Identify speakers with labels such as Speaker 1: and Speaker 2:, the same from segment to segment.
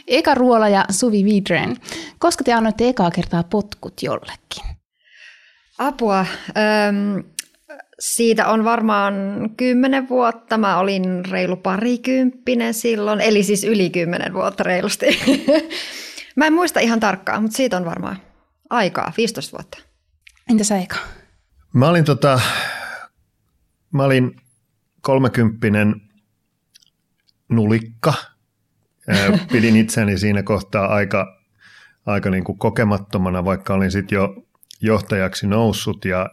Speaker 1: Eka Ruola ja Suvi Widren. Koska te annoitte ekaa kertaa potkut jollekin?
Speaker 2: Apua. Siitä on varmaan 10 vuotta. Mä olin reilu parikymppinen silloin, eli siis yli 10 vuotta reilusti. Mä en muista ihan tarkkaan, mutta siitä on varmaan aikaa, 15 vuotta.
Speaker 1: Entä sä Eka?
Speaker 3: Mä olin 30 nulikka. Pidin itseni siinä kohtaa aika niin kuin kokemattomana, vaikka olin sitten jo johtajaksi noussut ja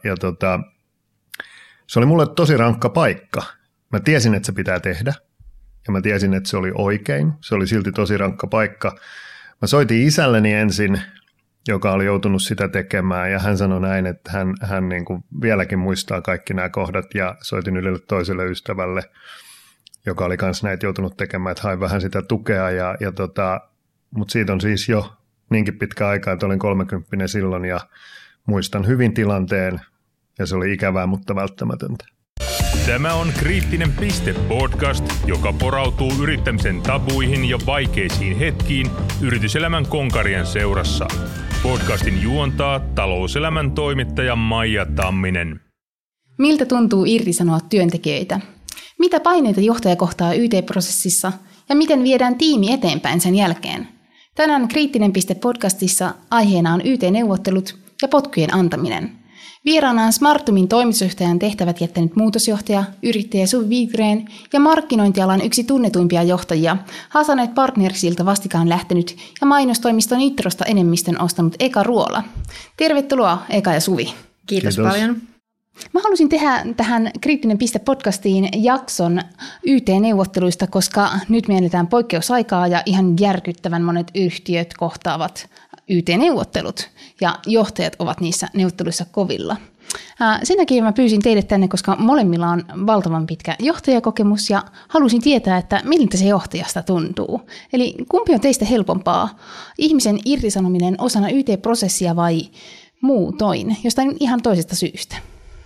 Speaker 3: se oli mulle tosi rankka paikka. Mä tiesin, että se pitää tehdä ja mä tiesin, että se oli oikein. Se oli silti tosi rankka paikka. Mä soitin isälleni ensin, joka oli joutunut sitä tekemään ja hän sanoi näin, että hän niin kuin vieläkin muistaa kaikki nämä kohdat ja soitin yhdelle toiselle ystävälle, joka oli kanssa näitä joutunut tekemään, että hain vähän sitä tukea mutta siitä on siis jo niinkin pitkä aika, että olin 30 silloin ja muistan hyvin tilanteen ja se oli ikävää, mutta välttämätöntä.
Speaker 4: Tämä on Kriittinen piste podcast, joka porautuu yrittämisen tabuihin ja vaikeisiin hetkiin yrityselämän konkarien seurassa. Podcastin juontaa talouselämän toimittaja Maija Tamminen.
Speaker 1: Miltä tuntuu irtisanoa työntekijöitä? Mitä paineita johtaja kohtaa YT-prosessissa ja miten viedään tiimi eteenpäin sen jälkeen? Tänään Kriittinen piste podcastissa aiheena on YT-neuvottelut ja potkujen antaminen. Vieraana on Smartumin toimitusjohtajan tehtävät jättänyt muutosjohtaja, yrittäjä Suvi Widren ja markkinointialan yksi tunnetuimpia johtajia, Hasanet Partnersilta vastikään lähtenyt ja mainostoimiston Nitrosta enemmistön ostanut Eka Ruola. Tervetuloa Eka ja Suvi.
Speaker 2: Kiitos paljon.
Speaker 1: Mä halusin tehdä tähän Kriittinen piste podcastiin jakson YT-neuvotteluista, koska nyt me eletään poikkeusaikaa ja ihan järkyttävän monet yhtiöt kohtaavat YT-neuvottelut ja johtajat ovat niissä neuvotteluissa kovilla. Sen takia mä pyysin teidät tänne, koska molemmilla on valtavan pitkä johtajakokemus ja halusin tietää, että miltä se johtajasta tuntuu. Eli kumpi on teistä helpompaa, ihmisen irtisanominen osana YT-prosessia vai muutoin, jostain ihan toisesta syystä?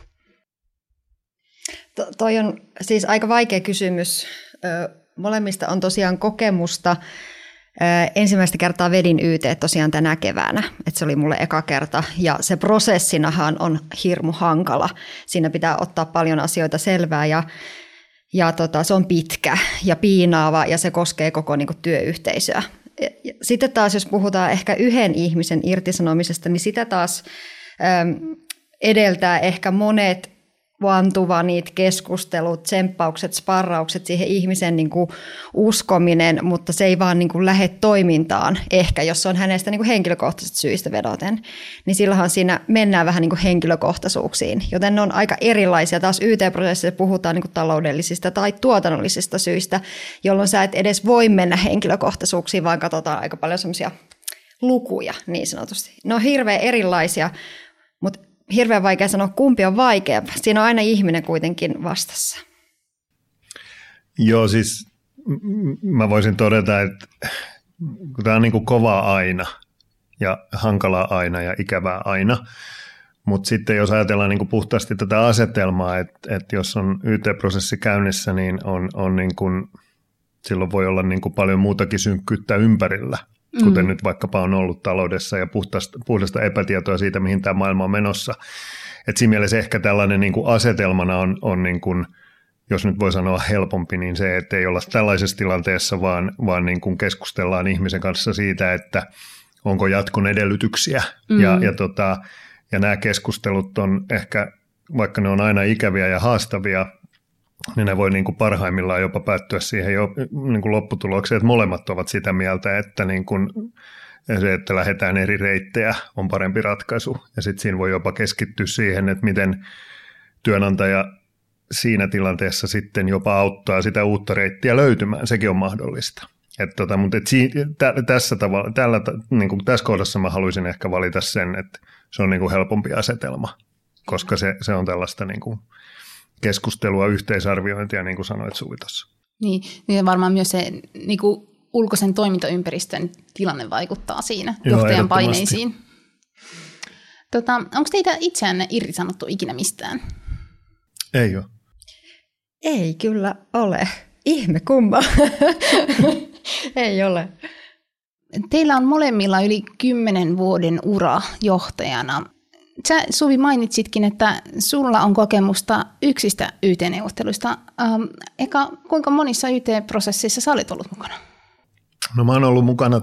Speaker 2: Toi on siis aika vaikea kysymys. Molemmista on tosiaan kokemusta. Ensimmäistä kertaa vedin YT tosiaan tänä keväänä, että se oli mulle eka kerta ja se prosessinahan on hirmu hankala. Siinä pitää ottaa paljon asioita selvää ja se on pitkä ja piinaava ja se koskee koko niin kuin työyhteisöä. Sitten taas jos puhutaan ehkä yhden ihmisen irtisanomisesta, niin sitä taas edeltää ehkä monet vantuvanit, keskustelut, tsemppaukset, sparraukset, siihen ihmisen niin kuin uskominen, mutta se ei vaan niin kuin lähde toimintaan ehkä, jos se on hänestä niin kuin henkilökohtaisista syistä vedoten, niin silloinhan siinä mennään vähän niin kuin henkilökohtaisuuksiin, joten ne on aika erilaisia. Taas YT-prosessissa puhutaan niin kuin taloudellisista tai tuotannollisista syistä, jolloin sä et edes voi mennä henkilökohtaisuuksiin, vaan katsotaan aika paljon semmoisia lukuja niin sanotusti. Ne on hirveän erilaisia, mutta hirveän vaikea sanoa, kumpi on vaikeampi. Siinä on aina ihminen kuitenkin vastassa.
Speaker 3: Joo, siis mä voisin todeta, että tämä on niin kuin kovaa aina ja hankalaa aina ja ikävää aina. Mutta sitten jos ajatellaan niin kuin puhtaasti tätä asetelmaa, että jos on YT-prosessi käynnissä, niin on niin kuin, silloin voi olla niin kuin paljon muutakin synkkyyttä ympärillä. Kuten nyt vaikkapa on ollut taloudessa ja puhdasta epätietoa siitä, mihin tämä maailma on menossa. Et siinä mielessä ehkä tällainen niin kuin asetelmana on niin kuin, jos nyt voi sanoa helpompi, niin se, että ei olla tällaisessa tilanteessa, vaan niin kuin keskustellaan ihmisen kanssa siitä, että onko jatkon edellytyksiä. Ja nämä keskustelut on ehkä, vaikka ne on aina ikäviä ja haastavia, niin ne voi niin kuin parhaimmillaan jopa päättyä siihen niin kuin lopputulokseen, että molemmat ovat sitä mieltä, että, niin kuin, se, että lähdetään eri reittejä on parempi ratkaisu. Ja sitten siinä voi jopa keskittyä siihen, että miten työnantaja siinä tilanteessa sitten jopa auttaa sitä uutta reittiä löytymään. Sekin on mahdollista. Tässä kohdassa mä haluaisin ehkä valita sen, että se on niin kuin helpompi asetelma, koska se on tällaista niin kuin keskustelua, yhteisarviointia, niin kuin sanoit Suvi tuossa.
Speaker 1: Niin varmaan myös se niin kuin ulkoisen toimintaympäristön tilanne vaikuttaa siinä johtajan paineisiin. Onko teitä itseänne irtisanottu ikinä mistään?
Speaker 3: Ei ole.
Speaker 2: Ei kyllä ole. Ihme kumma. Ei ole.
Speaker 1: Teillä on molemmilla yli 10 vuoden ura johtajana. Sä, Suvi, mainitsitkin, että sulla on kokemusta yksistä YT-neuvotteluista. Eka, kuinka monissa YT-prosesseissa sä olet ollut mukana?
Speaker 3: No mä oon ollut mukana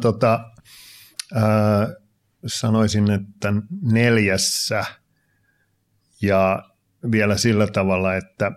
Speaker 3: sanoisin, että 4 ja vielä sillä tavalla, että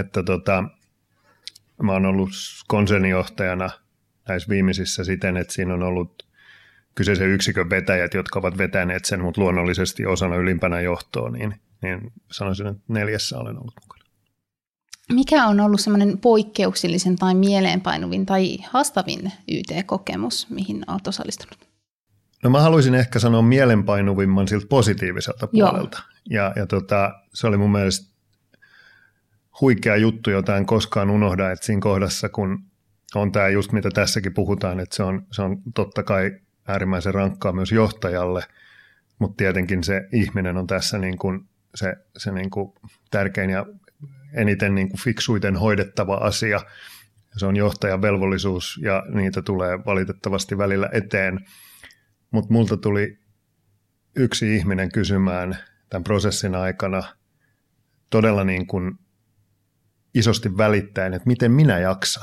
Speaker 3: mä oon ollut konsernijohtajana näissä viimeisissä siten, että siinä on ollut kyseisen yksikön vetäjät, jotka ovat vetäneet sen, mutta luonnollisesti osana ylimpänä johtoa, niin sanoisin, että 4 olen ollut mukana.
Speaker 1: Mikä on ollut semmoinen poikkeuksellisen tai mieleenpainuvin tai haastavin YT-kokemus, mihin olet osallistunut?
Speaker 3: No mä haluaisin ehkä sanoa mielenpainuvimman siltä positiiviselta puolelta. Ja se oli mun mielestä huikea juttu, jota en koskaan unohda, että siinä kohdassa, kun on tämä just mitä tässäkin puhutaan, että se on totta kai äärimmäisen rankkaa myös johtajalle, mutta tietenkin se ihminen on tässä niin kuin se niin kuin tärkein ja eniten niin kuin fiksuiten hoidettava asia. Se on johtajan velvollisuus ja niitä tulee valitettavasti välillä eteen. Mutta multa tuli yksi ihminen kysymään tämän prosessin aikana todella niin kuin isosti välittäen, että miten minä jaksan.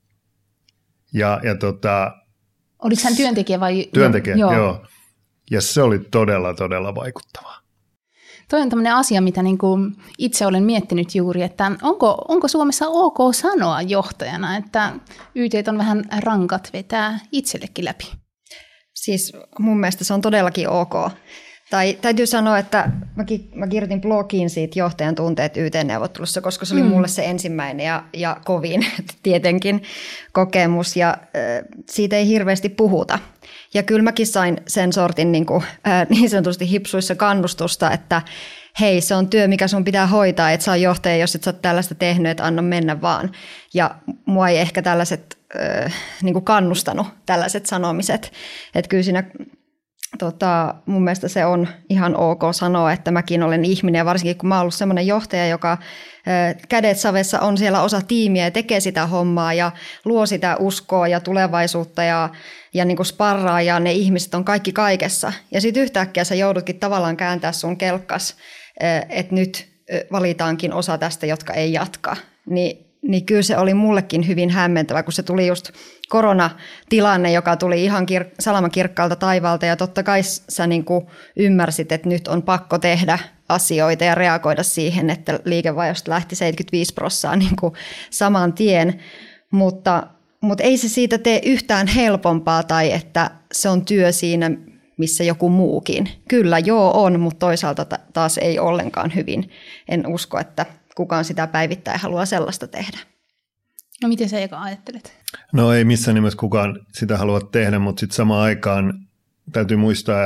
Speaker 1: Oliko hän työntekijä vai?
Speaker 3: Työntekijä, joo. Ja se oli todella, todella vaikuttavaa.
Speaker 1: Toi on tämmöinen asia, mitä niin kuin itse olen miettinyt juuri, että onko Suomessa ok sanoa johtajana, että YT on vähän rankat vetää itsellekin läpi?
Speaker 2: Siis mun mielestä se on todellakin ok. Tai täytyy sanoa, että mä kirjoitin blogiin siitä johtajan tunteet YT-neuvottelussa, koska se oli mulle se ensimmäinen ja kovin tietenkin kokemus ja siitä ei hirveästi puhuta. Ja kyllä mäkin sain sen sortin niin sanotusti hipsuissa kannustusta, että hei, se on työ, mikä sun pitää hoitaa, että sä oot johtaja, jos et sä oot tällaista tehnyt, että anna mennä vaan. Ja mua ei ehkä tällaiset niin kannustanut, tällaiset sanomiset. Että kyllä siinä mun mielestä se on ihan ok sanoa, että mäkin olen ihminen ja varsinkin kun mä oon ollut semmoinen johtaja, joka kädet savessa on siellä osa tiimiä ja tekee sitä hommaa ja luo sitä uskoa ja tulevaisuutta ja niin kuin sparraa ja ne ihmiset on kaikki kaikessa. Ja sitten yhtäkkiä sä joudutkin tavallaan kääntää sun kelkkas, että nyt valitaankin osa tästä, jotka ei jatka. Niin kyllä se oli mullekin hyvin hämmentävä, kun se tuli just koronatilanne, joka tuli ihan salamakirkkaalta taivaalta ja totta kai sä niin kuin ymmärsit, että nyt on pakko tehdä asioita ja reagoida siihen, että liikevaihdosta lähti 75% niin kuin saman tien, mutta ei se siitä tee yhtään helpompaa tai että se on työ siinä, missä joku muukin. Kyllä joo on, mutta toisaalta taas ei ollenkaan hyvin. En usko, että kukaan sitä päivittäin haluaa sellaista tehdä.
Speaker 1: No miten sä Eka ajattelet?
Speaker 3: No ei missään nimessä kukaan sitä halua tehdä, mutta sitten samaan aikaan täytyy muistaa,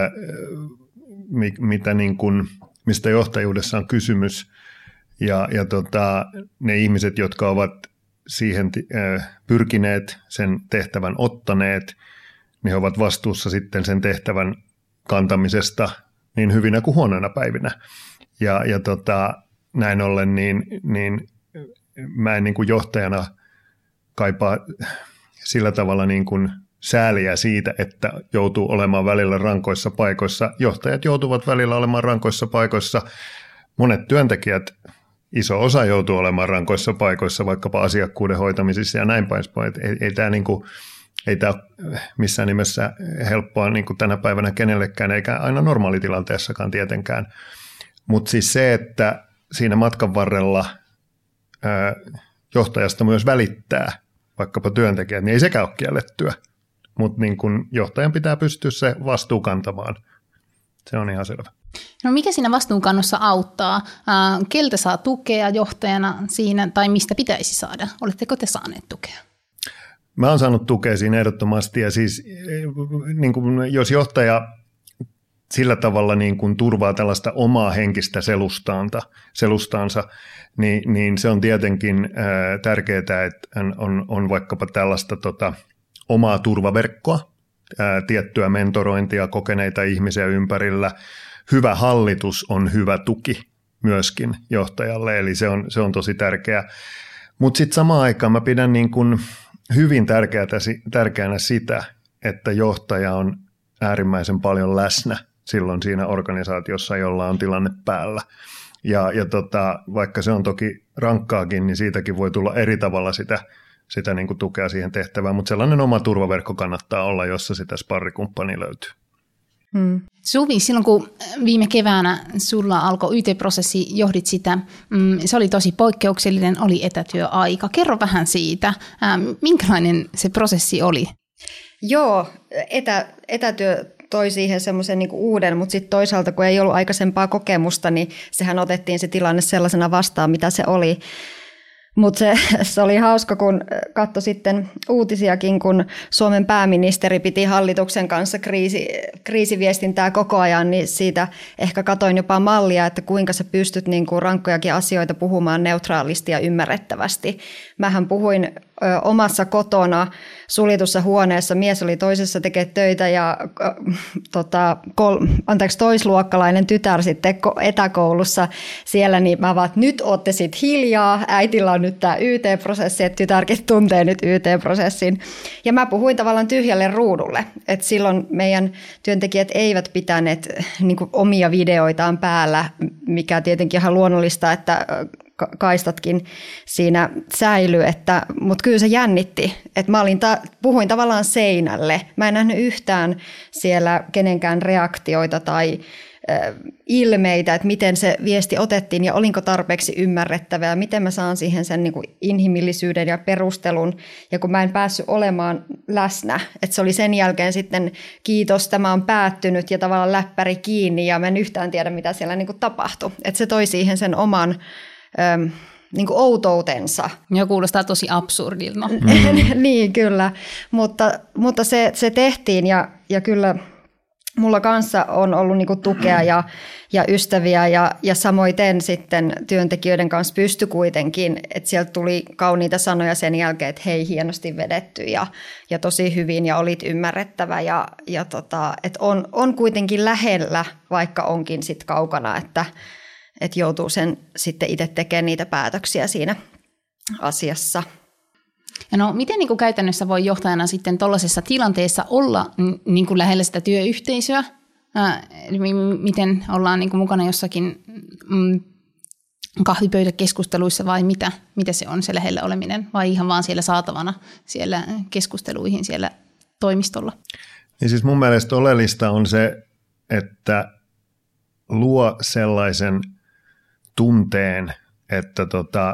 Speaker 3: mistä johtajuudessa on kysymys. Ja ne ihmiset, jotka ovat siihen pyrkineet, sen tehtävän ottaneet, niin he ovat vastuussa sitten sen tehtävän kantamisesta niin hyvinä kuin huonoina päivinä. Ja näin ollen, niin mä en niin kuin johtajana kaipaa sillä tavalla niin kuin sääliä siitä, että joutuu olemaan välillä rankoissa paikoissa. Johtajat joutuvat välillä olemaan rankoissa paikoissa. Monet työntekijät, iso osa joutuu olemaan rankoissa paikoissa, vaikkapa asiakkuuden hoitamisissa ja näin päin. Ei tämä missään nimessä helppoa niin kuin tänä päivänä kenellekään, eikä aina normaalitilanteessakaan tietenkään. Mutta siis se, että siinä matkan varrella johtajasta myös välittää vaikkapa työntekijät, niin ei sekään ole kiellettyä. Mutta niin kun johtajan pitää pystyä se vastuu kantamaan. Se on ihan selvä.
Speaker 1: No mikä siinä vastuunkannossa auttaa? Keltä saa tukea johtajana siinä tai mistä pitäisi saada? Oletteko te saaneet tukea?
Speaker 3: Mä oon saanut tukea siinä ehdottomasti ja siis niin kun, jos johtaja sillä tavalla niin kun turvaa tällaista omaa henkistä selustaansa, niin se on tietenkin tärkeää, että on vaikkapa tällaista omaa turvaverkkoa, tiettyä mentorointia, kokeneita ihmisiä ympärillä. Hyvä hallitus on hyvä tuki myöskin johtajalle, eli se on tosi tärkeää. Mutta sitten samaan aikaan mä pidän niin kun hyvin tärkeänä sitä, että johtaja on äärimmäisen paljon läsnä silloin siinä organisaatiossa, jolla on tilanne päällä. Ja vaikka se on toki rankkaakin, niin siitäkin voi tulla eri tavalla sitä niin kuin tukea siihen tehtävään, mutta sellainen oma turvaverkko kannattaa olla, jossa sitä sparrikumppania löytyy.
Speaker 1: Suvi, silloin kun viime keväänä sulla alkoi YT-prosessi, johdit sitä, se oli tosi poikkeuksellinen, oli etätyöaika. Kerro vähän siitä, minkälainen se prosessi oli?
Speaker 2: Joo, etätyö toi siihen semmoisen niin kuin uuden, mutta sitten toisaalta kun ei ollut aikaisempaa kokemusta, niin sehän otettiin se tilanne sellaisena vastaan, mitä se oli. Mutta se oli hauska, kun katsoi sitten uutisiakin, kun Suomen pääministeri piti hallituksen kanssa kriisiviestintää koko ajan, niin siitä ehkä katoin jopa mallia, että kuinka sä pystyt niin kuin rankkojakin asioita puhumaan neutraalisti ja ymmärrettävästi. Mähän puhuin omassa kotona suljetussa huoneessa, mies oli toisessa tekee töitä ja toisluokkalainen tytär sitten etäkoulussa siellä, niin mä vaan, että nyt ootte sit hiljaa, äitillä on nyt tämä YT-prosessi, että tytärkin tuntee nyt YT-prosessin. Ja mä puhuin tavallaan tyhjälle ruudulle, että silloin meidän työntekijät eivät pitäneet niin kuin omia videoitaan päällä, mikä tietenkin ihan luonnollista, että kaistatkin siinä säilyi, mutta kyllä se jännitti, että mä puhuin tavallaan seinälle. Mä en nähnyt yhtään siellä kenenkään reaktioita tai ilmeitä, että miten se viesti otettiin ja olinko tarpeeksi ymmärrettävä ja miten mä saan siihen sen niin kuin inhimillisyyden ja perustelun. Ja kun mä en päässyt olemaan läsnä, että se oli sen jälkeen sitten kiitos, tämä on päättynyt ja tavallaan läppäri kiinni ja mä en yhtään tiedä, mitä siellä niin kuin tapahtui. Että se toi siihen sen oman niin kuin outoutensa.
Speaker 1: Ja kuulostaa tosi absurdilta.
Speaker 2: Niin, kyllä. Mutta se tehtiin ja kyllä mulla kanssa on ollut niin kuin tukea ja ystäviä ja samoiten sitten työntekijöiden kanssa pysty kuitenkin, että sieltä tuli kauniita sanoja sen jälkeen, että hei, hienosti vedetty ja tosi hyvin ja olit ymmärrettävä ja että on kuitenkin lähellä, vaikka onkin sitten kaukana, että joutuu sen sitten itse tekemään niitä päätöksiä siinä asiassa.
Speaker 1: Ja no, miten niin kuin käytännössä voi johtajana sitten tuollaisessa tilanteessa olla niin kuin lähellä sitä työyhteisöä? Miten ollaan niin kuin mukana jossakin kahvipöytäkeskusteluissa vai mitä se on se lähellä oleminen? Vai ihan vaan siellä saatavana siellä keskusteluihin siellä toimistolla?
Speaker 3: Ja siis mun mielestä oleellista on se, että luo sellaisen tunteen, että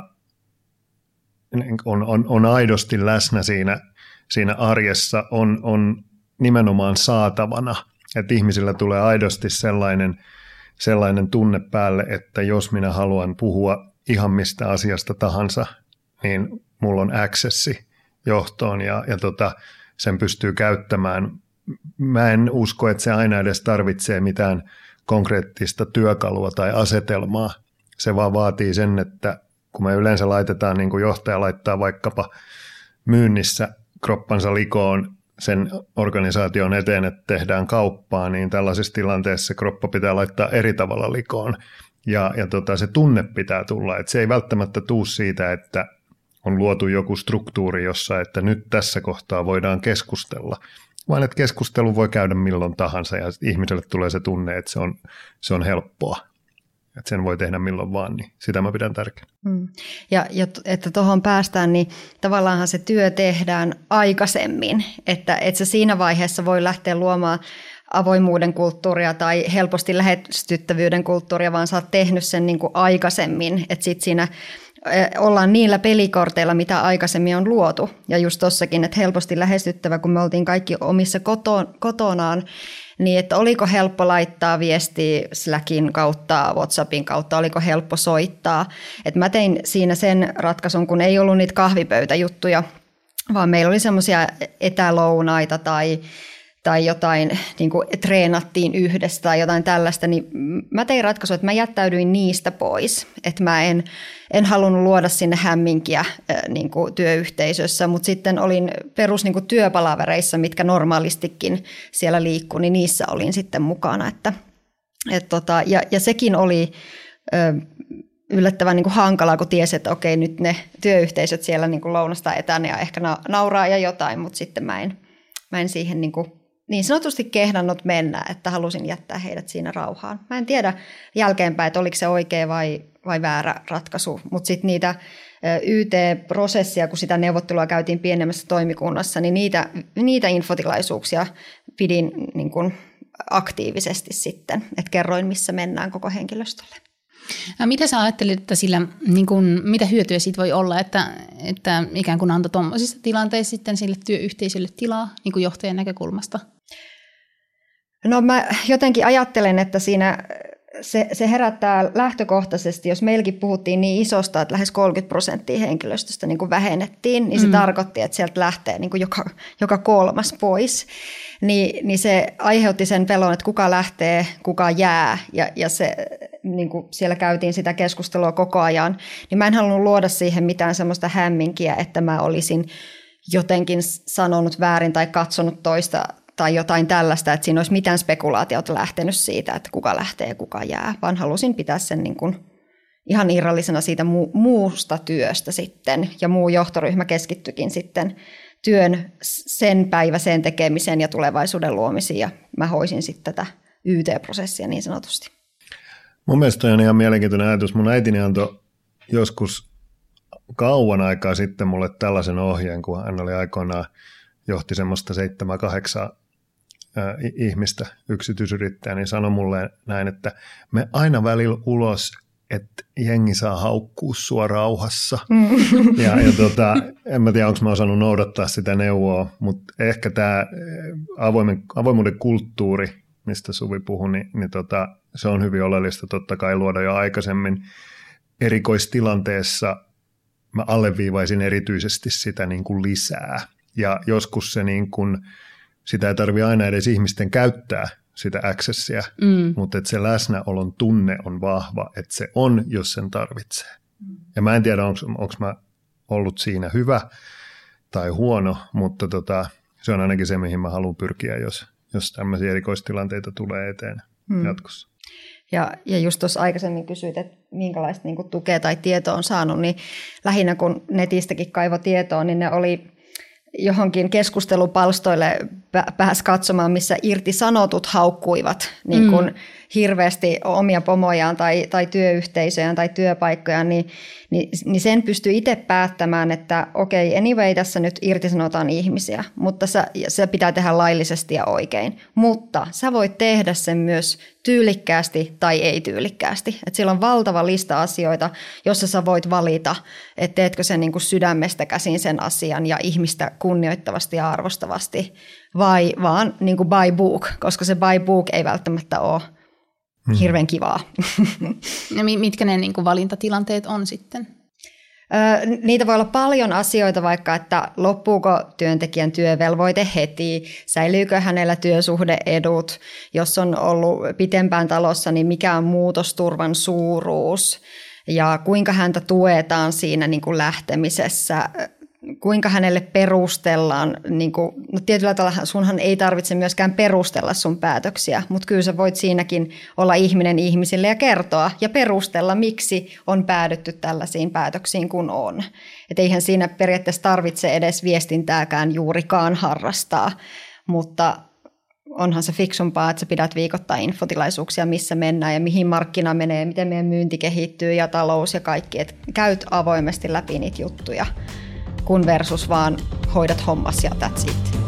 Speaker 3: on aidosti läsnä siinä arjessa, on nimenomaan saatavana, että ihmisillä tulee aidosti sellainen tunne päälle, että jos minä haluan puhua ihan mistä asiasta tahansa, niin mulla on accessi johtoon ja sen pystyy käyttämään. Mä en usko, että se aina edes tarvitsee mitään konkreettista työkalua tai asetelmaa. Se vaan vaatii sen, että kun me yleensä laitetaan, niin kuin johtaja laittaa vaikkapa myynnissä kroppansa likoon sen organisaation eteen, että tehdään kauppaa, niin tällaisessa tilanteessa kroppa pitää laittaa eri tavalla likoon. Ja se tunne pitää tulla, että se ei välttämättä tule siitä, että on luotu joku struktuuri, jossa, että nyt tässä kohtaa voidaan keskustella, vaan että keskustelu voi käydä milloin tahansa ja ihmiselle tulee se tunne, että se on helppoa. Että sen voi tehdä milloin vaan, niin sitä mä pidän tärkeänä.
Speaker 2: Ja että tuohon päästään, niin tavallaanhan se työ tehdään aikaisemmin, että et se siinä vaiheessa voi lähteä luomaan avoimuuden kulttuuria tai helposti lähestyttävyyden kulttuuria, vaan sä oot tehnyt sen niin kuin aikaisemmin, että sitten siinä ollaan niillä pelikorteilla, mitä aikaisemmin on luotu. Ja just tossakin, että helposti lähestyttävä, kun me oltiin kaikki omissa kotonaan, niin että oliko helppo laittaa viestiä Slackin kautta, WhatsAppin kautta, oliko helppo soittaa. Että mä tein siinä sen ratkaisun, kun ei ollut niitä kahvipöytäjuttuja, vaan meillä oli semmoisia etälounaita tai jotain, niin kuin treenattiin yhdessä tai jotain tällaista, niin mä tein ratkaisun, että mä jättäydyin niistä pois. Että mä en halunnut luoda sinne hämminkiä niin kuin työyhteisössä, mutta sitten olin perus niin kuin työpalavereissa, mitkä normaalistikin siellä liikkuu, niin niissä olin sitten mukana. Ja sekin oli yllättävän niin kuin hankalaa, kun tiesi, että okei, nyt ne työyhteisöt siellä niin kuin lounastaa etänä ja ehkä nauraa ja jotain, mutta sitten mä mä en siihen niin sanotusti kehdannut mennä, että halusin jättää heidät siinä rauhaan. Mä en tiedä jälkeenpäin, että oliko se oikea vai väärä ratkaisu, mutta sitten niitä YT-prosessia, kun sitä neuvottelua käytiin pienemmässä toimikunnassa, niin niitä infotilaisuuksia pidin niin kuin aktiivisesti sitten, että kerroin, missä mennään koko henkilöstölle.
Speaker 1: Mitä sä ajattelit, että sillä, niin kun, mitä hyötyä siitä voi olla, että ikään kuin antoi tuommoisissa tilanteissa sitten sille työyhteisölle tilaa niin kuin johtajan näkökulmasta?
Speaker 2: No mä jotenkin ajattelen, että siinä se herättää lähtökohtaisesti, jos meilläkin puhuttiin niin isosta, että lähes 30% henkilöstöstä niin kuin vähennettiin, niin se tarkoitti, että sieltä lähtee niin kuin joka kolmas pois. Niin se aiheutti sen pelon, että kuka lähtee, kuka jää, ja se, niin kuin siellä käytiin sitä keskustelua koko ajan, niin mä en halunnut luoda siihen mitään semmoista hämminkiä, että mä olisin jotenkin sanonut väärin tai katsonut toista tai jotain tällaista, että siinä olisi mitään spekulaatiota lähtenyt siitä, että kuka lähtee ja kuka jää, vaan halusin pitää sen niin kuin ihan irrallisena siitä muusta työstä sitten, ja muu johtoryhmä keskittyikin sitten työn sen päiväiseen tekemiseen ja tulevaisuuden luomisiin, ja mä hoisin sitten tätä YT-prosessia niin sanotusti.
Speaker 3: Mun mielestä on ihan mielenkiintoinen ajatus. Mun äitini antoi joskus kauan aikaa sitten mulle tällaisen ohjeen, kun hän oli aikoinaan johti semmoista 7-8 ihmistä, yksityisyrittäjä, niin sanoi mulle näin, että me aina välillä ulos, että jengi saa haukkua sua rauhassa. Ja en mä tiedä, onko mä osannut noudattaa sitä neuvoa, mutta ehkä tämä avoimuuden kulttuuri, mistä Suvi puhui, niin se on hyvin oleellista totta kai luoda jo aikaisemmin. Erikoistilanteessa mä alleviivaisin erityisesti sitä niin kuin lisää. Ja joskus se niin kuin, sitä ei tarvitse aina edes ihmisten käyttää sitä accessia, mutta että se läsnäolon tunne on vahva, että se on, jos sen tarvitsee. Ja mä en tiedä, onko mä ollut siinä hyvä tai huono, mutta se on ainakin se, mihin mä haluan pyrkiä, jos tämmöisiä erikoistilanteita tulee eteen jatkossa.
Speaker 2: Ja just tuossa aikaisemmin kysyit, että minkälaista niin kuin tukea tai tietoa on saanut, niin lähinnä kun netistäkin kaivo tietoa, niin ne oli johonkin keskustelupalstoille pääsi katsomaan, missä irtisanotut haukkuivat niin kuin hirveästi omia pomojaan tai työyhteisöjään tai työpaikkojaan, niin sen pystyy itse päättämään, että okei, anyway, tässä nyt irtisanotaan ihmisiä, mutta se pitää tehdä laillisesti ja oikein. Mutta sä voit tehdä sen myös tyylikkäästi tai ei tyylikkäästi. Et siellä on valtava lista asioita, jossa sä voit valita, että teetkö sen niin kuin sydämestä käsin sen asian ja ihmistä kunnioittavasti ja arvostavasti, vai vaan niin kuin by book, koska se by book ei välttämättä ole hirveän kivaa.
Speaker 1: No, mitkä ne niin kuin valintatilanteet on sitten?
Speaker 2: Niitä voi olla paljon asioita, vaikka että loppuuko työntekijän työvelvoite heti, säilyykö hänellä työsuhde-edut, jos on ollut pitempään talossa, niin mikä on muutosturvan suuruus ja kuinka häntä tuetaan siinä niin kuin lähtemisessä, kuinka hänelle perustellaan, niin kuin, no tietyllä tavalla sunhan ei tarvitse myöskään perustella sun päätöksiä, mutta kyllä sä voit siinäkin olla ihminen ihmisille ja kertoa ja perustella, miksi on päädytty tällaisiin päätöksiin kuin on. Et eihän siinä periaatteessa tarvitse edes viestintääkään juurikaan harrastaa, mutta onhan se fiksumpaa, että sä pidät viikoittain infotilaisuuksia, missä mennään ja mihin markkina menee, miten meidän myynti kehittyy ja talous ja kaikki, että käyt avoimesti läpi niitä juttuja, kun versus vaan hoidat hommas ja that's it.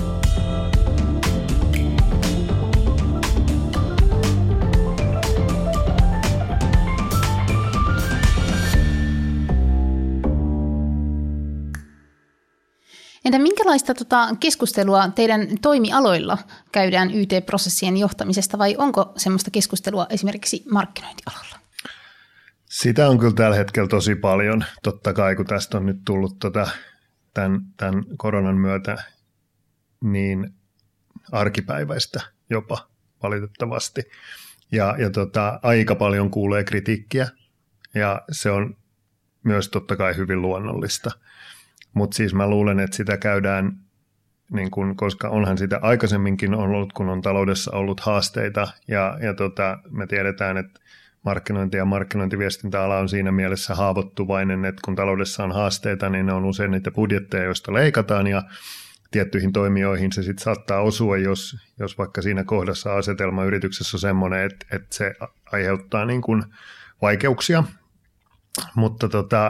Speaker 1: Entä minkälaista keskustelua teidän toimialoilla käydään YT-prosessien johtamisesta vai onko semmoista keskustelua esimerkiksi markkinointialalla?
Speaker 3: Sitä on kyllä tällä hetkellä tosi paljon, totta kai kun tästä on nyt tullut tämän koronan myötä niin arkipäiväistä jopa valitettavasti. Ja aika paljon kuulee kritiikkiä ja se on myös totta kai hyvin luonnollista. Mutta siis mä luulen, että sitä käydään, niin kun, koska onhan sitä aikaisemminkin ollut, kun on taloudessa ollut haasteita ja me tiedetään, että markkinointi ja markkinointiviestintäala on siinä mielessä haavoittuvainen, että kun taloudessa on haasteita, niin ne on usein niitä budjetteja, joista leikataan ja tiettyihin toimijoihin se sitten saattaa osua, jos vaikka siinä kohdassa asetelma yrityksessä on semmoinen, että se aiheuttaa niin kuin vaikeuksia, mutta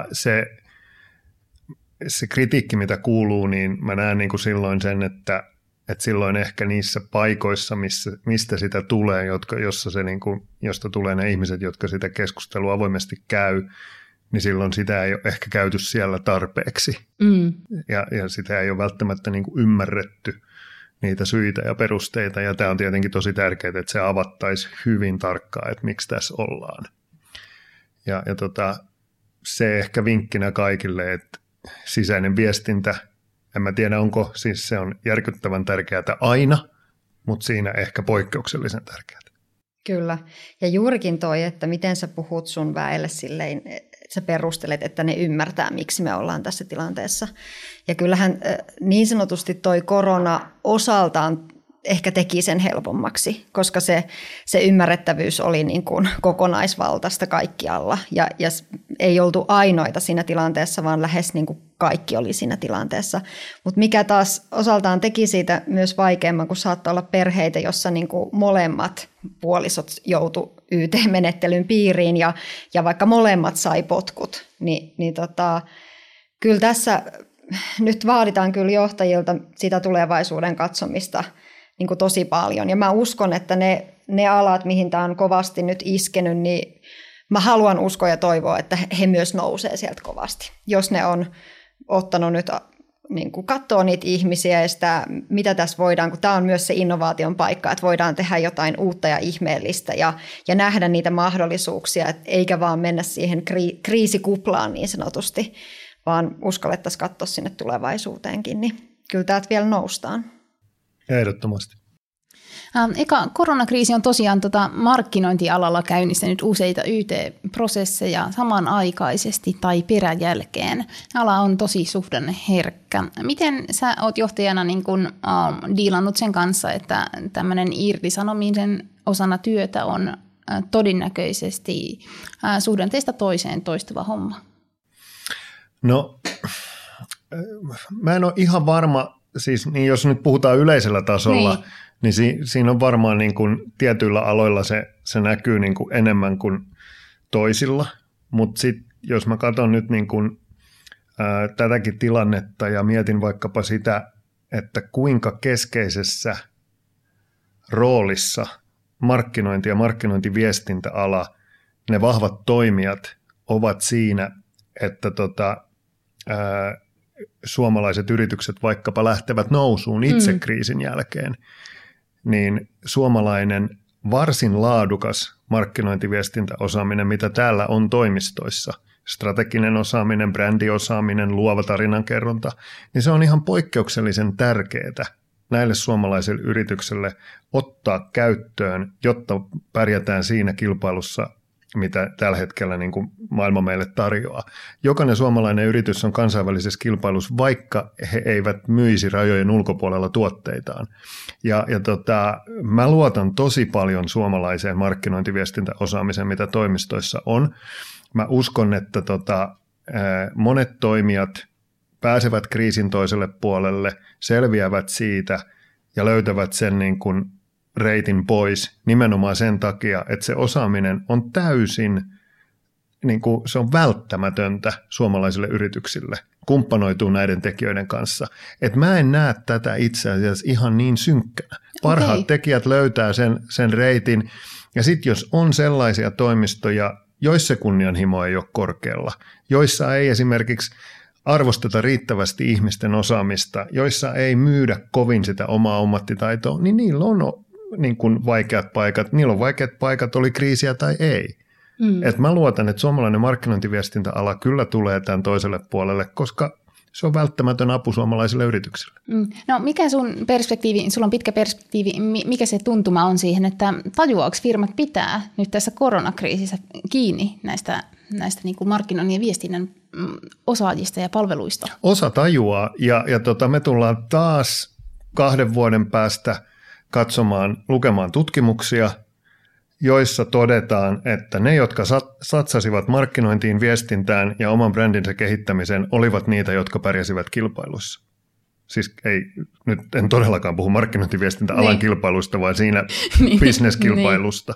Speaker 3: se kritiikki, mitä kuuluu, niin mä näen niin kuin silloin sen, että silloin ehkä niissä paikoissa, mistä sitä tulee, josta tulee ne ihmiset, jotka sitä keskustelua avoimesti käy, niin silloin sitä ei ole ehkä käyty siellä tarpeeksi. Ja sitä ei ole välttämättä niin kuin ymmärretty niitä syitä ja perusteita. Ja tämä on tietenkin tosi tärkeää, että se avattaisi hyvin tarkkaan, että miksi tässä ollaan. Ja se ehkä vinkkinä kaikille, että sisäinen viestintä, en mä tiedä onko, siis se on järkyttävän tärkeää aina, mutta siinä ehkä poikkeuksellisen tärkeää.
Speaker 2: Kyllä. Ja juurikin toi, että miten sä puhut sun väelle silleen, sä perustelet, että ne ymmärtää, miksi me ollaan tässä tilanteessa. Ja kyllähän niin sanotusti toi korona osaltaan ehkä teki sen helpommaksi, koska se ymmärrettävyys oli niin kuin kokonaisvaltaista kaikkialla. Ja ei oltu ainoita siinä tilanteessa, vaan lähes niin kuin kaikki oli siinä tilanteessa. Mutta mikä taas osaltaan teki siitä myös vaikeamman, kun saattoi olla perheitä, jossa niin kuin molemmat puolisot joutu YT-menettelyn piiriin ja vaikka molemmat sai potkut, niin kyllä tässä nyt vaaditaan kyllä johtajilta sitä tulevaisuuden katsomista niin kuin tosi paljon. Ja mä uskon, että ne alat, mihin tämä on kovasti nyt iskenyt, niin mä haluan uskoa ja toivoa, että he myös nousee sieltä kovasti. Jos ne on ottanut nyt niin kuin katsoa niitä ihmisiä ja sitä, mitä tässä voidaan, kun tämä on myös se innovaation paikka, että voidaan tehdä jotain uutta ja ihmeellistä ja nähdä niitä mahdollisuuksia, eikä vaan mennä siihen kriisikuplaan niin sanotusti, vaan uskallettaisiin katsoa sinne tulevaisuuteenkin, niin kyllä täältä vielä noustaan.
Speaker 3: Ehdottomasti.
Speaker 1: Eka koronakriisi on tosiaan markkinointialalla käynnistänyt useita YT-prosesseja samanaikaisesti tai peräjälkeen. Ala on tosi suhdanneherkkä. Miten sä oot johtajana niin kun, diilannut sen kanssa, että tämmöinen irtisanomisen osana työtä on todennäköisesti suhdanteesta toiseen toistuva homma?
Speaker 3: No, mä en ole ihan varma. Siis niin jos nyt puhutaan yleisellä tasolla, niin siinä on varmaan niin kuin tietyillä aloilla se näkyy niin kuin enemmän kuin toisilla, mutta sitten jos mä katson nyt niin kuin, tätäkin tilannetta ja mietin vaikkapa sitä, että kuinka keskeisessä roolissa markkinointi ja markkinointiviestintäala, ne vahvat toimijat ovat siinä, että suomalaiset yritykset vaikkapa lähtevät nousuun itse kriisin jälkeen, niin suomalainen varsin laadukas markkinointiviestintäosaaminen, mitä täällä on toimistoissa, strateginen osaaminen, brändiosaaminen, luova tarinankerronta, niin se on ihan poikkeuksellisen tärkeää näille suomalaisille yrityksille ottaa käyttöön, jotta pärjätään siinä kilpailussa, mitä tällä hetkellä niin kuin maailma meille tarjoaa. Jokainen suomalainen yritys on kansainvälisessä kilpailussa, vaikka he eivät myisi rajojen ulkopuolella tuotteitaan. Ja mä luotan tosi paljon suomalaiseen markkinointiviestintäosaamiseen, mitä toimistoissa on. Mä uskon, että monet toimijat pääsevät kriisin toiselle puolelle, selviävät siitä ja löytävät sen niin kuin reitin pois nimenomaan sen takia, että se osaaminen on täysin, niin kuin se on välttämätöntä suomalaisille yrityksille kumppanoituu näiden tekijöiden kanssa. Et mä en näe tätä itse asiassa ihan niin synkkänä. Parhaat tekijät löytää sen reitin ja sitten jos on sellaisia toimistoja, joissa kunnianhimo ei ole korkealla, joissa ei esimerkiksi arvosteta riittävästi ihmisten osaamista, joissa ei myydä kovin sitä omaa ammattitaitoa, niin niillä on niin kuin vaikeat paikat. Niillä on vaikeat paikat, oli kriisiä tai ei. Et mä luotan, että suomalainen markkinointiviestintäala kyllä tulee tämän toiselle puolelle, koska se on välttämätön apu suomalaisille yrityksille.
Speaker 1: No mikä sun perspektiivi, sulla on pitkä perspektiivi, mikä se tuntuma on siihen, että tajuaako firmat pitää nyt tässä koronakriisissä kiinni näistä niin kuin markkinoinnin ja viestinnän osaajista ja palveluista?
Speaker 3: Osa tajuaa ja me tullaan taas 2 vuoden päästä lukemaan tutkimuksia, joissa todetaan, että ne, jotka satsasivat markkinointiin, viestintään ja oman brändinsä kehittämiseen, olivat niitä, jotka pärjäsivät kilpailuissa. Siis nyt en todellakaan puhu markkinointiviestintäalan kilpailusta, vaan siinä bisneskilpailusta.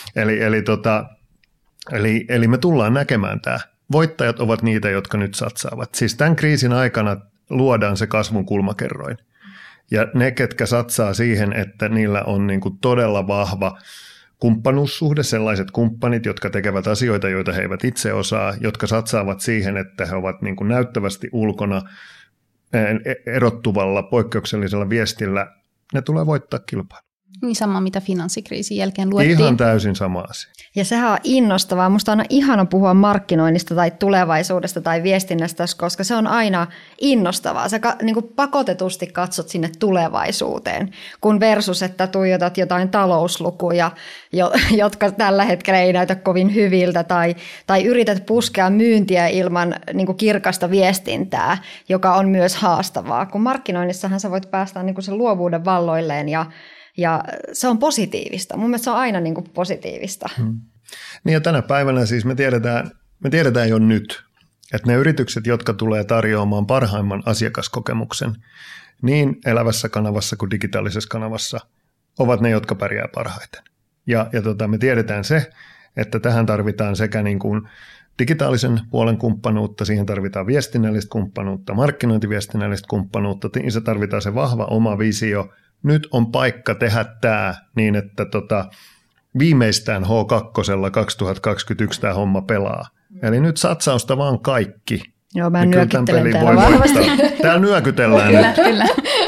Speaker 3: Eli me tullaan näkemään tämä. Voittajat ovat niitä, jotka nyt satsaavat. Siis tämän kriisin aikana luodaan se kasvun kulmakerroin. Ja ne, ketkä satsaa siihen, että niillä on niin kuin todella vahva kumppanuussuhde, sellaiset kumppanit, jotka tekevät asioita, joita he eivät itse osaa, jotka satsaavat siihen, että he ovat niin kuin näyttävästi ulkona erottuvalla, poikkeuksellisella viestillä, ne tulee voittaa kilpailu.
Speaker 1: Niin sama, mitä finanssikriisin jälkeen luettiin.
Speaker 3: Ihan täysin sama asia.
Speaker 2: Ja sehän on innostavaa. Musta on ihana puhua markkinoinnista tai tulevaisuudesta tai viestinnästä, koska se on aina innostavaa. Sä niin kuin pakotetusti katsot sinne tulevaisuuteen, kun versus, että tuijotat jotain talouslukuja, jotka tällä hetkellä ei näytä kovin hyviltä, tai yrität puskea myyntiä ilman niin kuin kirkasta viestintää, joka on myös haastavaa. Kun markkinoinnissahan sä voit päästä niin kuin sen luovuuden valloilleen ja se on positiivista. Mun mielestä se on aina niin kuin positiivista.
Speaker 3: Niin ja tänä päivänä siis me tiedetään jo nyt, että ne yritykset, jotka tulee tarjoamaan parhaimman asiakaskokemuksen niin elävässä kanavassa kuin digitaalisessa kanavassa, ovat ne, jotka pärjää parhaiten. Ja me tiedetään se, että tähän tarvitaan sekä niin kuin digitaalisen puolen kumppanuutta, siihen tarvitaan viestinnällistä kumppanuutta, markkinointiviestinnällistä kumppanuutta, niin se tarvitaan se vahva oma visio. Nyt on paikka tehdä tämä niin, että viimeistään H2 2021 tämä homma pelaa. Eli nyt satsausta vaan kaikki.
Speaker 2: Joo, mä nyökyttelen täällä vahvasti.
Speaker 3: Täällä nyökytellään
Speaker 1: Kyllä.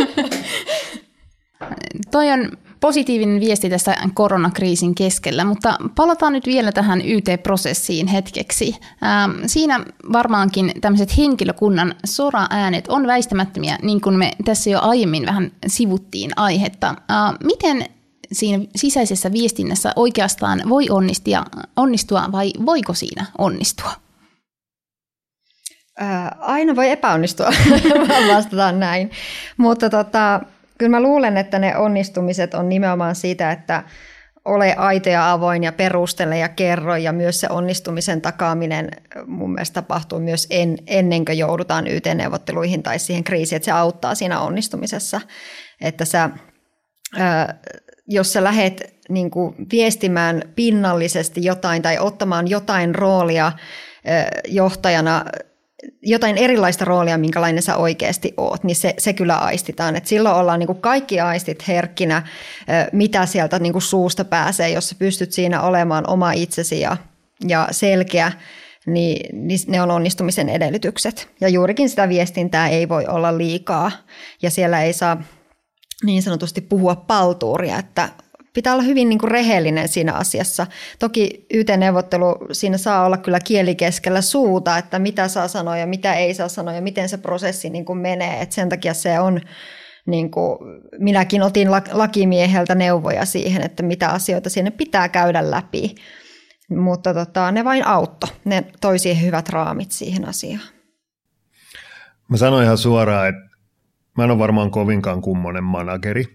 Speaker 1: Toi on positiivinen viesti tässä koronakriisin keskellä, mutta palataan nyt vielä tähän YT-prosessiin hetkeksi. Siinä varmaankin tämmöiset henkilökunnan soraäänet on väistämättömiä, niin kuin me tässä jo aiemmin vähän sivuttiin aihetta. Miten siinä sisäisessä viestinnässä oikeastaan voi onnistua vai voiko siinä onnistua?
Speaker 2: Aina voi epäonnistua, vastataan näin, mutta kyllä mä luulen, että ne onnistumiset on nimenomaan siitä, että ole aito ja avoin ja perustele ja kerro, ja myös se onnistumisen takaaminen mun mielestä tapahtuu myös ennen kuin joudutaan YT-neuvotteluihin tai siihen kriisiin, että se auttaa siinä onnistumisessa, että jos sä lähdet niin kuin viestimään pinnallisesti jotain tai ottamaan jotain roolia johtajana, jotain erilaista roolia, minkälainen sä oikeasti oot, niin se kyllä aistitaan. Et silloin ollaan niin kuin kaikki aistit herkkinä, mitä sieltä niin kuin suusta pääsee, jos sä pystyt siinä olemaan oma itsesi ja selkeä, niin ne on onnistumisen edellytykset. Ja juurikin sitä viestintää ei voi olla liikaa, ja siellä ei saa niin sanotusti puhua paltuuria, että pitää olla hyvin niin kuin rehellinen siinä asiassa. Toki YT-neuvottelu, siinä saa olla kyllä kieli keskellä suuta, että mitä saa sanoa ja mitä ei saa sanoa ja miten se prosessi niin kuin menee. Et sen takia se on, niin kuin, minäkin otin lakimieheltä neuvoja siihen, että mitä asioita sinne pitää käydä läpi. Mutta ne vain auttoi. Ne toi siihen hyvät raamit siihen asiaan.
Speaker 3: Mä sanoin ihan suoraan, että mä en ole varmaan kovinkaan kummonen manageri.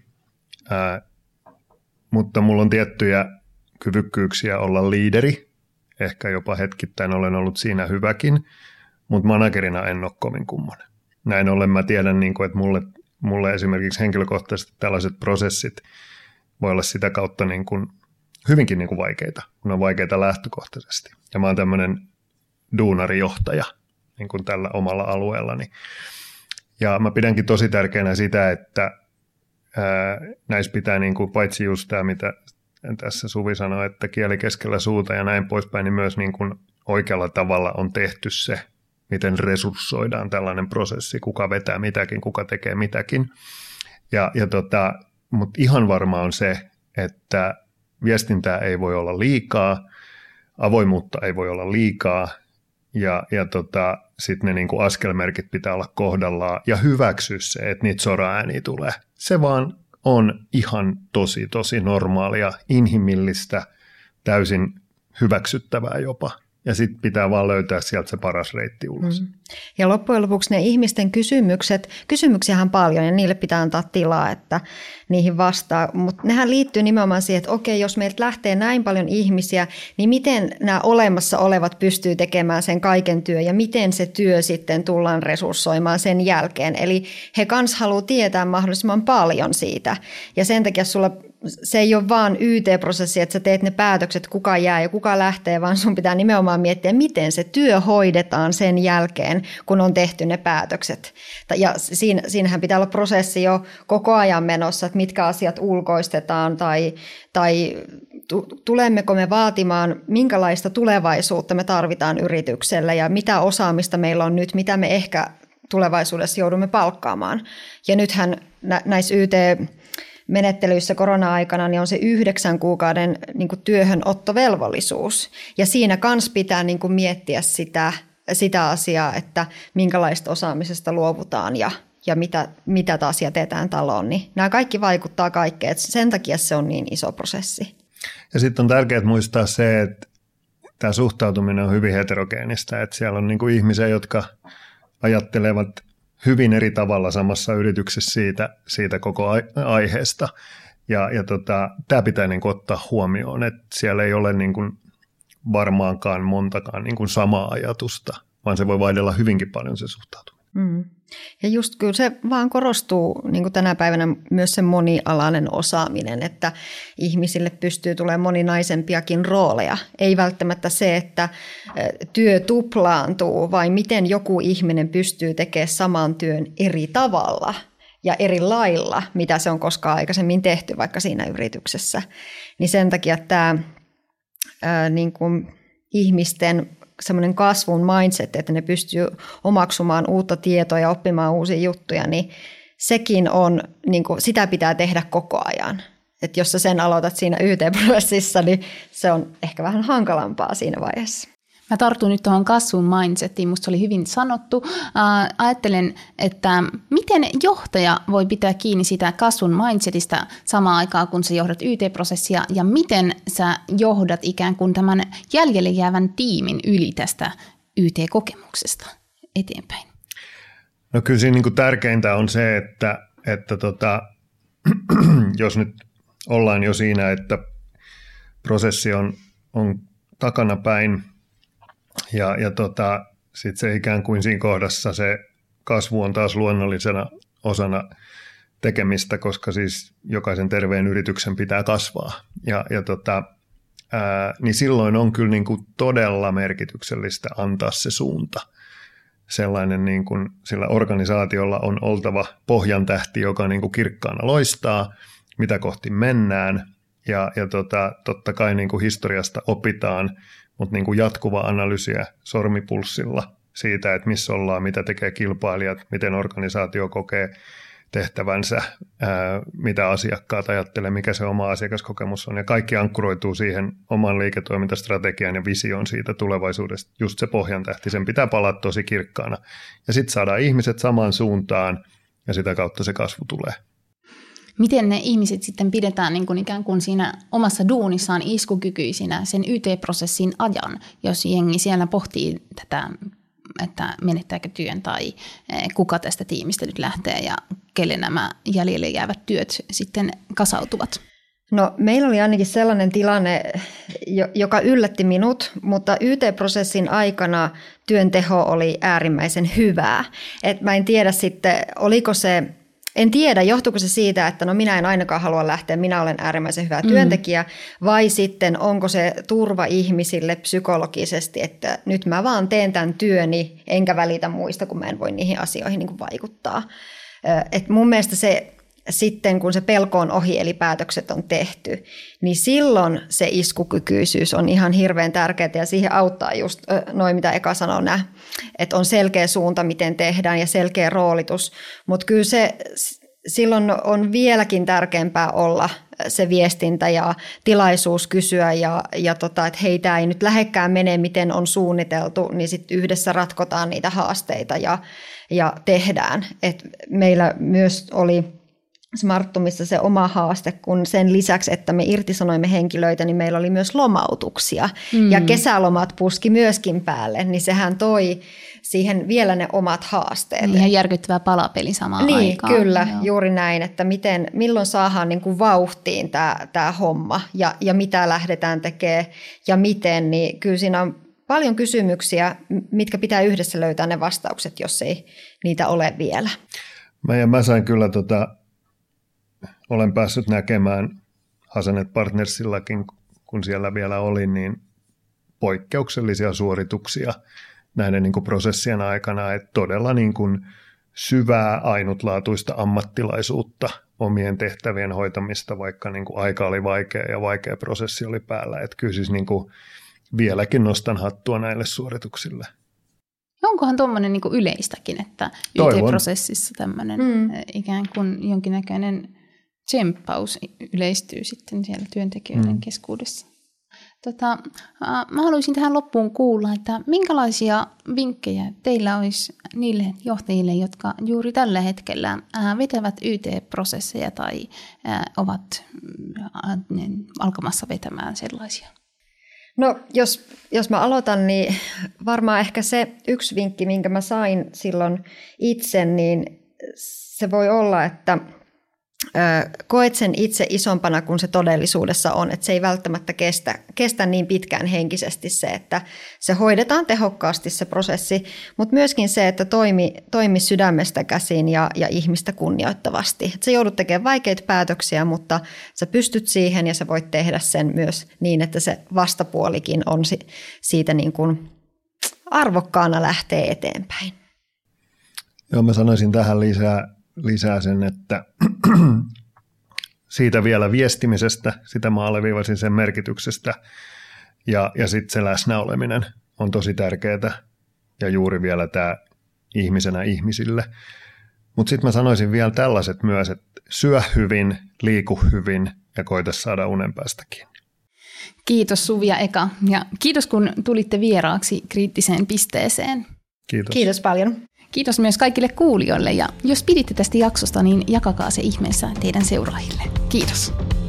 Speaker 3: Mutta mulla on tiettyjä kyvykkyyksiä olla liideri. Ehkä jopa hetkittäin olen ollut siinä hyväkin, mutta managerina en ole kovin kummonen. Näin ollen mä tiedän, että mulle esimerkiksi henkilökohtaisesti tällaiset prosessit voi olla sitä kautta hyvinkin vaikeita, kun on vaikeita lähtökohtaisesti. Ja mä oon tämmöinen duunarijohtaja tällä omalla alueellani. Ja mä pidänkin tosi tärkeänä sitä, että näissä pitää paitsi just tämä, mitä tässä Suvi sanoi, että kieli keskellä suuta ja näin poispäin, niin myös oikealla tavalla on tehty se, miten resurssoidaan tällainen prosessi, kuka vetää mitäkin, kuka tekee mitäkin. Mutta ihan varma on se, että viestintää ei voi olla liikaa, avoimuutta ei voi olla liikaa ja sitten ne askelmerkit pitää olla kohdallaan ja hyväksyä se, että niitä soraääniä tulee. Se vaan on ihan tosi normaalia, inhimillistä, täysin hyväksyttävää jopa. ja sitten pitää vaan löytää sieltä se paras reitti ulos.
Speaker 2: Ja loppujen lopuksi ne ihmisten kysymyksiähän paljon ja niille pitää antaa tilaa, että niihin vastaa. Mutta nehän liittyy nimenomaan siihen, että okei, jos meiltä lähtee näin paljon ihmisiä, niin miten nämä olemassa olevat pystyy tekemään sen kaiken työ ja miten se työ sitten tullaan resurssoimaan sen jälkeen. Eli he kans haluaa tietää mahdollisimman paljon siitä ja sen takia sulla se ei ole vaan YT-prosessi, että sä teet ne päätökset, kuka jää ja kuka lähtee, vaan sun pitää nimenomaan miettiä, miten se työ hoidetaan sen jälkeen, kun on tehty ne päätökset. Ja siinähän pitää olla prosessi jo koko ajan menossa, että mitkä asiat ulkoistetaan tai tulemmeko me vaatimaan, minkälaista tulevaisuutta me tarvitaan yritykselle ja mitä osaamista meillä on nyt, mitä me ehkä tulevaisuudessa joudumme palkkaamaan. Ja nythän näissä YT-menettelyissä korona-aikana niin on se 9 kuukauden niin kuin työhönottovelvollisuus. Ja siinä kans pitää niin kuin miettiä sitä asiaa, että minkälaista osaamisesta luovutaan ja mitä taas jätetään taloon. Niin nämä kaikki vaikuttaa kaikkeen, että sen takia se on niin iso prosessi.
Speaker 3: Ja sitten on tärkeää muistaa se, että tämä suhtautuminen on hyvin heterogeenistä, että siellä on niin kuin ihmisiä, jotka ajattelevat hyvin eri tavalla samassa yrityksessä siitä koko aiheesta. Ja tämä pitää niin kuin ottaa huomioon, että siellä ei ole niin kuin varmaankaan montakaan niin kuin samaa ajatusta, vaan se voi vaihdella hyvinkin paljon se suhtautuminen.
Speaker 2: Ja just kyllä se vaan korostuu niin kuin tänä päivänä myös se monialainen osaaminen, että ihmisille pystyy tulemaan moninaisempiakin rooleja. Ei välttämättä se, että työ tuplaantuu, vai miten joku ihminen pystyy tekemään saman työn eri tavalla ja eri lailla, mitä se on koskaan aikaisemmin tehty vaikka siinä yrityksessä. Niin sen takia tämä niin kuin ihmisten semmoinen kasvun mindset, että ne pystyy omaksumaan uutta tietoa ja oppimaan uusia juttuja, niin sekin on, niin kuin, sitä pitää tehdä koko ajan. Että jos sä sen aloitat siinä YT-prosessissa, niin se on ehkä vähän hankalampaa siinä vaiheessa.
Speaker 1: Mä tartun nyt tuohon kasvun mindsetiin, musta se oli hyvin sanottu. Ajattelen, että miten johtaja voi pitää kiinni sitä kasvun mindsetistä samaan aikaan, kun sä johdat YT-prosessia, ja miten sä johdat ikään kuin tämän jäljelle jäävän tiimin yli tästä YT-kokemuksesta eteenpäin?
Speaker 3: No kyllä siinä niin kuin tärkeintä on se, että jos nyt ollaan jo siinä, että prosessi on takanapäin, ja sitten se ikään kuin siinä kohdassa se kasvu on taas luonnollisena osana tekemistä, koska siis jokaisen terveen yrityksen pitää kasvaa. Niin silloin on kyllä niin kuin todella merkityksellistä antaa se suunta. Sellainen niin kuin sillä organisaatiolla on oltava pohjantähti, joka niin kuin kirkkaana loistaa, mitä kohti mennään. Ja totta kai niin kuin historiasta opitaan, mutta niin kuin jatkuvaa analyysiä sormipulssilla siitä, että missä ollaan, mitä tekee kilpailijat, miten organisaatio kokee tehtävänsä, mitä asiakkaat ajattelee, mikä se oma asiakaskokemus on. Ja kaikki ankkuroituu siihen oman liiketoimintastrategiaan ja visioon siitä tulevaisuudesta. Just se pohjantähti, sen pitää palata tosi kirkkaana. Ja sitten saadaan ihmiset samaan suuntaan ja sitä kautta se kasvu tulee.
Speaker 1: Miten ne ihmiset sitten pidetään niin kuin ikään kuin siinä omassa duunissaan iskukykyisinä sen YT-prosessin ajan, jos jengi siellä pohtii tätä, että menettääkö työn tai kuka tästä tiimistä nyt lähtee ja kelle nämä jäljelle jäävät työt sitten kasautuvat?
Speaker 2: No, meillä oli ainakin sellainen tilanne, joka yllätti minut, mutta YT-prosessin aikana työn teho oli äärimmäisen hyvää. Et mä en tiedä sitten, oliko se... En tiedä, johtuuko se siitä, että no minä en ainakaan halua lähteä, minä olen äärimmäisen hyvä työntekijä, vai sitten onko se turva ihmisille psykologisesti, että nyt mä vaan teen tämän työni, enkä välitä muista, kun mä en voi niihin asioihin niin kuin vaikuttaa. Et mun mielestä se sitten, kun se pelko on ohi, eli päätökset on tehty, niin silloin se iskukykyisyys on ihan hirveän tärkeää ja siihen auttaa just noin, mitä Eka sanoi, että on selkeä suunta, miten tehdään ja selkeä roolitus, mutta kyllä se silloin on vieläkin tärkeämpää olla se viestintä ja tilaisuus kysyä että hei, tämä ei nyt lähekkään mene, miten on suunniteltu, niin sitten yhdessä ratkotaan niitä haasteita ja tehdään. Et meillä myös oli Smarttumissa se oma haaste, kun sen lisäksi, että me irtisanoimme henkilöitä, niin meillä oli myös lomautuksia. Ja kesälomat puski myöskin päälle, niin sehän toi siihen vielä ne omat haasteet.
Speaker 1: Ihan järkyttävä palapeli samaan aikaan.
Speaker 2: Niin, kyllä, juuri näin, että milloin saadaan niin kuin vauhtiin tämä homma ja mitä lähdetään tekemään ja miten, niin kyllä siinä on paljon kysymyksiä, mitkä pitää yhdessä löytää ne vastaukset, jos ei niitä ole vielä.
Speaker 3: Mä sain kyllä olen päässyt näkemään Hasanet Partnersillakin, kun siellä vielä olin, niin poikkeuksellisia suorituksia näiden niin kuin prosessien aikana, että todella niin kuin syvää ainutlaatuista ammattilaisuutta omien tehtävien hoitamista, vaikka niin kuin aika oli vaikea ja vaikea prosessi oli päällä. Että kyllä siis niin kuin vieläkin nostan hattua näille suorituksille.
Speaker 1: Onkohan tuommoinen niin kuin yleistäkin, että YT-prosessissa tämmöinen ikään kuin jonkinnäköinen tsemppaus yleistyy sitten siellä työntekijöiden keskuudessa? Mä haluaisin tähän loppuun kuulla, että minkälaisia vinkkejä teillä olisi niille johtajille, jotka juuri tällä hetkellä vetävät YT-prosesseja tai ovat alkamassa vetämään sellaisia?
Speaker 2: No jos mä aloitan, niin varmaan ehkä se yksi vinkki, minkä mä sain silloin itse, niin se voi olla, että koet sen itse isompana kuin se todellisuudessa on, että se ei välttämättä kestä niin pitkään henkisesti se, että se hoidetaan tehokkaasti se prosessi, mutta myöskin se, että toimi sydämestä käsin ja ihmistä kunnioittavasti. Että sä joudut tekemään vaikeita päätöksiä, mutta sä pystyt siihen ja sä voit tehdä sen myös niin, että se vastapuolikin on siitä niin kuin arvokkaana lähtee eteenpäin.
Speaker 3: Joo, mä sanoisin tähän lisää sen, että siitä vielä viestimisestä, sitä mä alleviivasin sen merkityksestä ja sitten se läsnäoleminen on tosi tärkeää ja juuri vielä tämä ihmisenä ihmisille. Mutta sitten mä sanoisin vielä tällaiset myös, että syö hyvin, liiku hyvin ja koita saada unen päästä kiinni.
Speaker 1: Kiitos Suvi ja Eka ja kiitos kun tulitte vieraaksi Kriittiseen pisteeseen.
Speaker 3: Kiitos.
Speaker 2: Kiitos paljon.
Speaker 1: Kiitos myös kaikille kuulijoille ja jos piditte tästä jaksosta, niin jakakaa se ihmeessä teidän seuraajille. Kiitos.